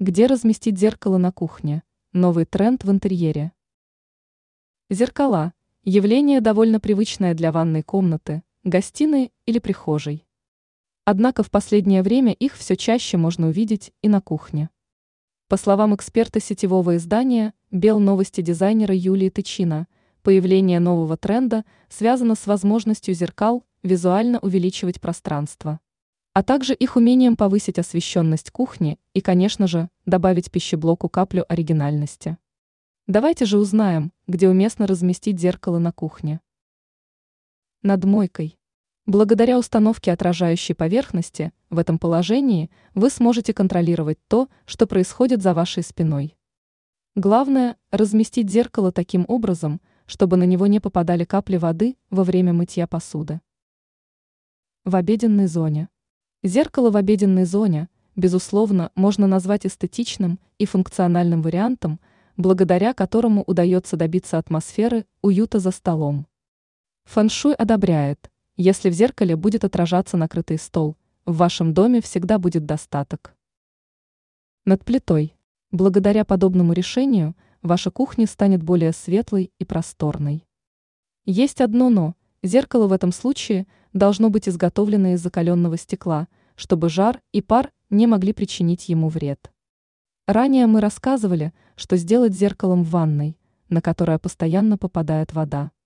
Где разместить зеркало на кухне? Новый тренд в интерьере. Зеркала – явление довольно привычное для ванной комнаты, гостиной или прихожей. Однако в последнее время их все чаще можно увидеть и на кухне. По словам эксперта сетевого издания «Белновости» дизайнера Юлии Тычина, появление нового тренда связано с возможностью зеркал визуально увеличивать пространство, а также их умением повысить освещенность кухни и, конечно же, добавить пищеблоку каплю оригинальности. Давайте же узнаем, где уместно разместить зеркало на кухне. Над мойкой. Благодаря установке отражающей поверхности в этом положении вы сможете контролировать то, что происходит за вашей спиной. Главное – разместить зеркало таким образом, чтобы на него не попадали капли воды во время мытья посуды. В обеденной зоне. Зеркало в обеденной зоне, безусловно, можно назвать эстетичным и функциональным вариантом, благодаря которому удается добиться атмосферы уюта за столом. Фэн-шуй одобряет, если в зеркале будет отражаться накрытый стол, в вашем доме всегда будет достаток. Над плитой. Благодаря подобному решению ваша кухня станет более светлой и просторной. Есть одно «но» – зеркало в этом случае должно быть изготовлено из закаленного стекла, чтобы жар и пар не могли причинить ему вред. Ранее мы рассказывали, что сделать зеркалом в ванной, на которое постоянно попадает вода.